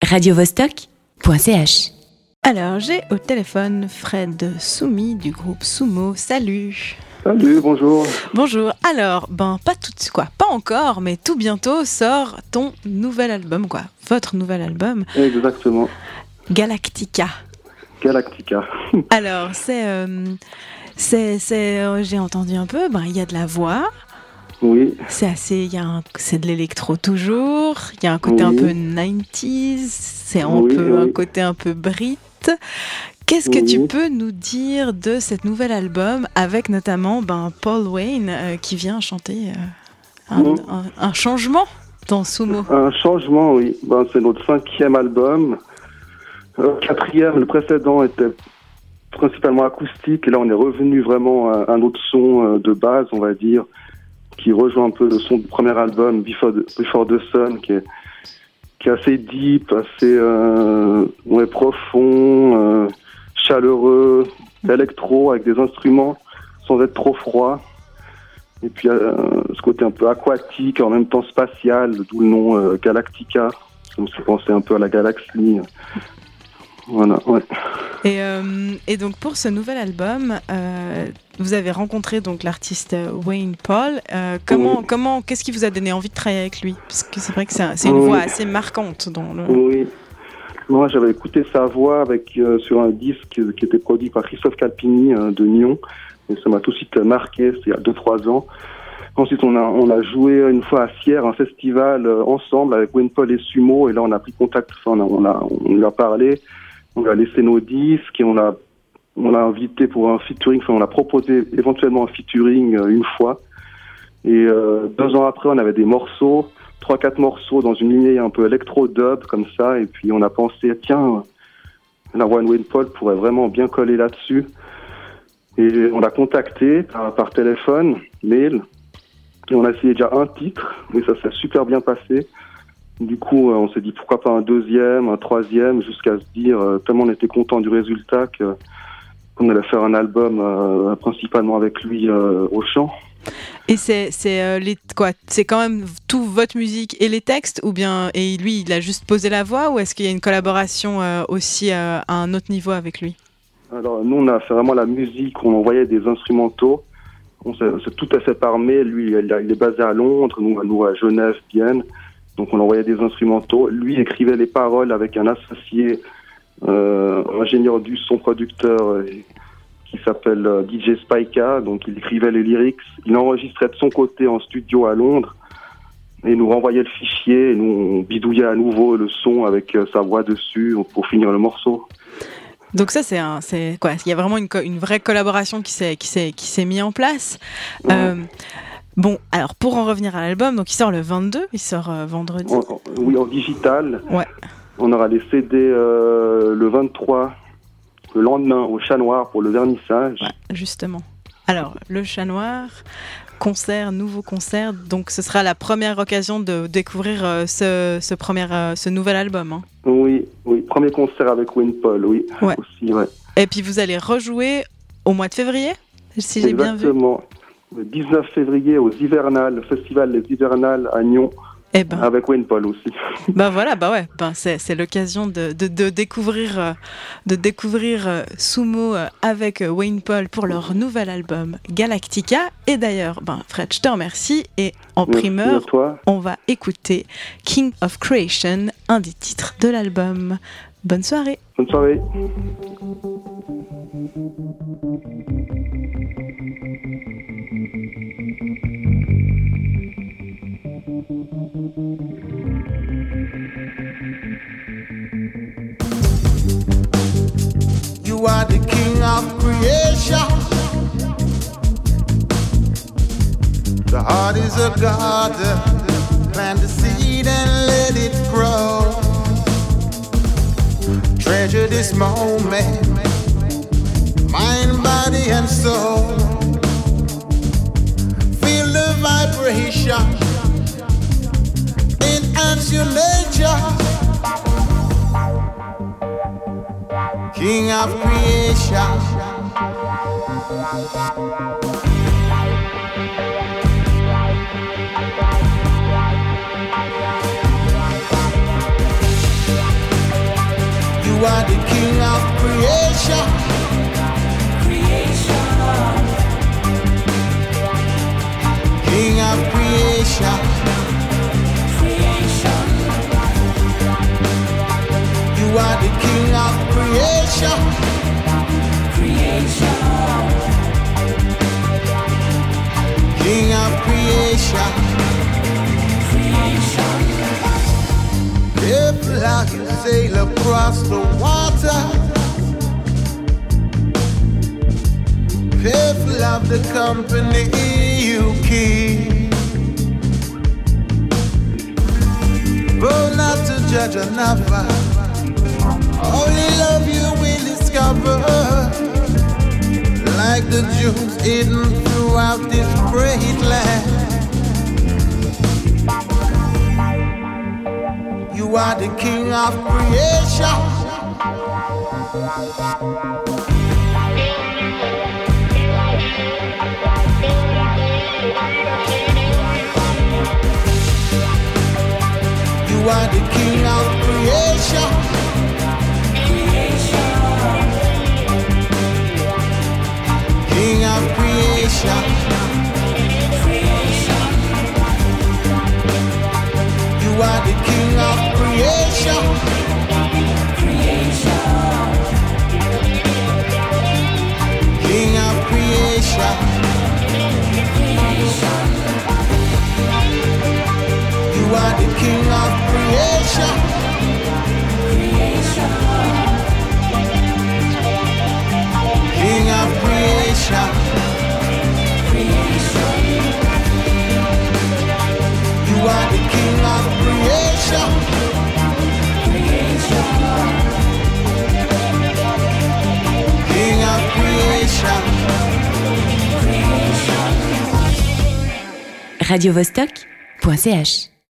radiovostok.ch. Alors, j'ai au téléphone Fred Soumi du groupe Sumo. Salut. Salut, bonjour. Bonjour. Alors, pas encore, mais tout bientôt sort ton nouvel album, votre nouvel album. Exactement. Galactica. Alors, j'ai entendu un peu, il y a de la voix. Oui. C'est de l'électro toujours, il y a un côté un peu 90s, c'est un côté un peu Brit. Qu'est-ce que tu peux nous dire de cet nouvel album avec notamment Paul Wayne qui vient chanter un changement dans Sumo? Un changement, oui. C'est notre 5e album. 4e, le précédent était principalement acoustique et là on est revenu vraiment à un autre son de base, on va dire, qui rejoint un peu le son du premier album, Before the Sun, qui est assez deep, assez profond, chaleureux, électro, avec des instruments sans être trop froid. Et puis ce côté un peu aquatique, en même temps spatial, d'où le nom Galactica. Ça me fait penser un peu à la galaxie. Voilà, ouais. Et donc pour ce nouvel album, vous avez rencontré donc l'artiste Wayne Paul. Qu'est-ce qui vous a donné envie de travailler avec lui? Parce que c'est vrai que c'est une voix assez marquante dans le. Oui. Moi, j'avais écouté sa voix sur un disque qui était produit par Christophe Calpini de Nyon, et ça m'a tout de suite marqué. C'était il y a 2-3 ans. Ensuite, on a joué une fois à Sierre, un festival ensemble avec Wayne Paul et Sumo, et là on a pris contact. On lui a parlé. On lui a laissé nos disques et on l'a invité pour un featuring. On a proposé éventuellement un featuring une fois. Et 2 ans après, on avait des morceaux, 3-4 morceaux dans une lignée un peu électro-dub comme ça. Et puis on a pensé, tiens, la voix de Wayne Paul pourrait vraiment bien coller là-dessus. Et on l'a contacté par téléphone, mail. Et on a essayé déjà un titre, mais ça s'est super bien passé. Du coup, on s'est dit pourquoi pas un 2e, un 3e, jusqu'à se dire, tellement on était content du résultat qu'on allait faire un album principalement avec lui au chant. Et c'est quand même tout votre musique et les textes, ou bien et lui il a juste posé la voix, ou est-ce qu'il y a une collaboration aussi à un autre niveau avec lui? Alors nous on a fait vraiment la musique, on envoyait des instrumentaux, c'est tout à fait par mail. Lui il est basé à Londres, nous à Genève, Vienne. Donc on envoyait des instrumentaux. Lui écrivait les paroles avec un associé, ingénieur du son, producteur, qui s'appelle DJ Spyka. Donc il écrivait les lyrics. Il enregistrait de son côté en studio à Londres et nous renvoyait le fichier. Et nous on bidouillait à nouveau le son avec sa voix dessus pour finir le morceau. Donc ça il y a vraiment une vraie collaboration qui s'est mise en place. Bon, alors pour en revenir à l'album, donc il sort le 22, il sort vendredi. Oui, en digital. Ouais. On aura les CD le 23, le lendemain, au Chat Noir pour le vernissage. Ouais, justement. Alors, le Chat Noir, nouveau concert, donc ce sera la première occasion de découvrir ce nouvel album. Hein. Oui, premier concert avec Wayne Paul, oui. Ouais. Aussi, ouais. Et puis vous allez rejouer au mois de février, si j'ai bien vu. Exactement. Le 19 février au le festival des Hivernales à Nyon, avec Wayne Paul aussi. C'est l'occasion de découvrir Sumo avec Wayne Paul pour leur nouvel album Galactica. Et d'ailleurs, Fred, je te remercie. Et en primeur, on va écouter King of Creation, un des titres de l'album. Bonne soirée. Bonne soirée. You are the king of creation. The heart is a garden. Plant the seed and let it grow. Treasure this moment, mind, body, and soul. Feel the vibration, enhance your nature. King of creation. are the king of creation. King of creation. You are the king of creation. King of creation. Careful how you sail across the water. Careful of the company you keep. Oh, not to judge another. Only love you will discover. Like the jewels hidden throughout this great land. You are the king of creation. You are the king of creation. King of creation. You are the king of creation. King of creation. You are the king of creation. King of creation. You are the king of creation. King of creation. radiovostok.ch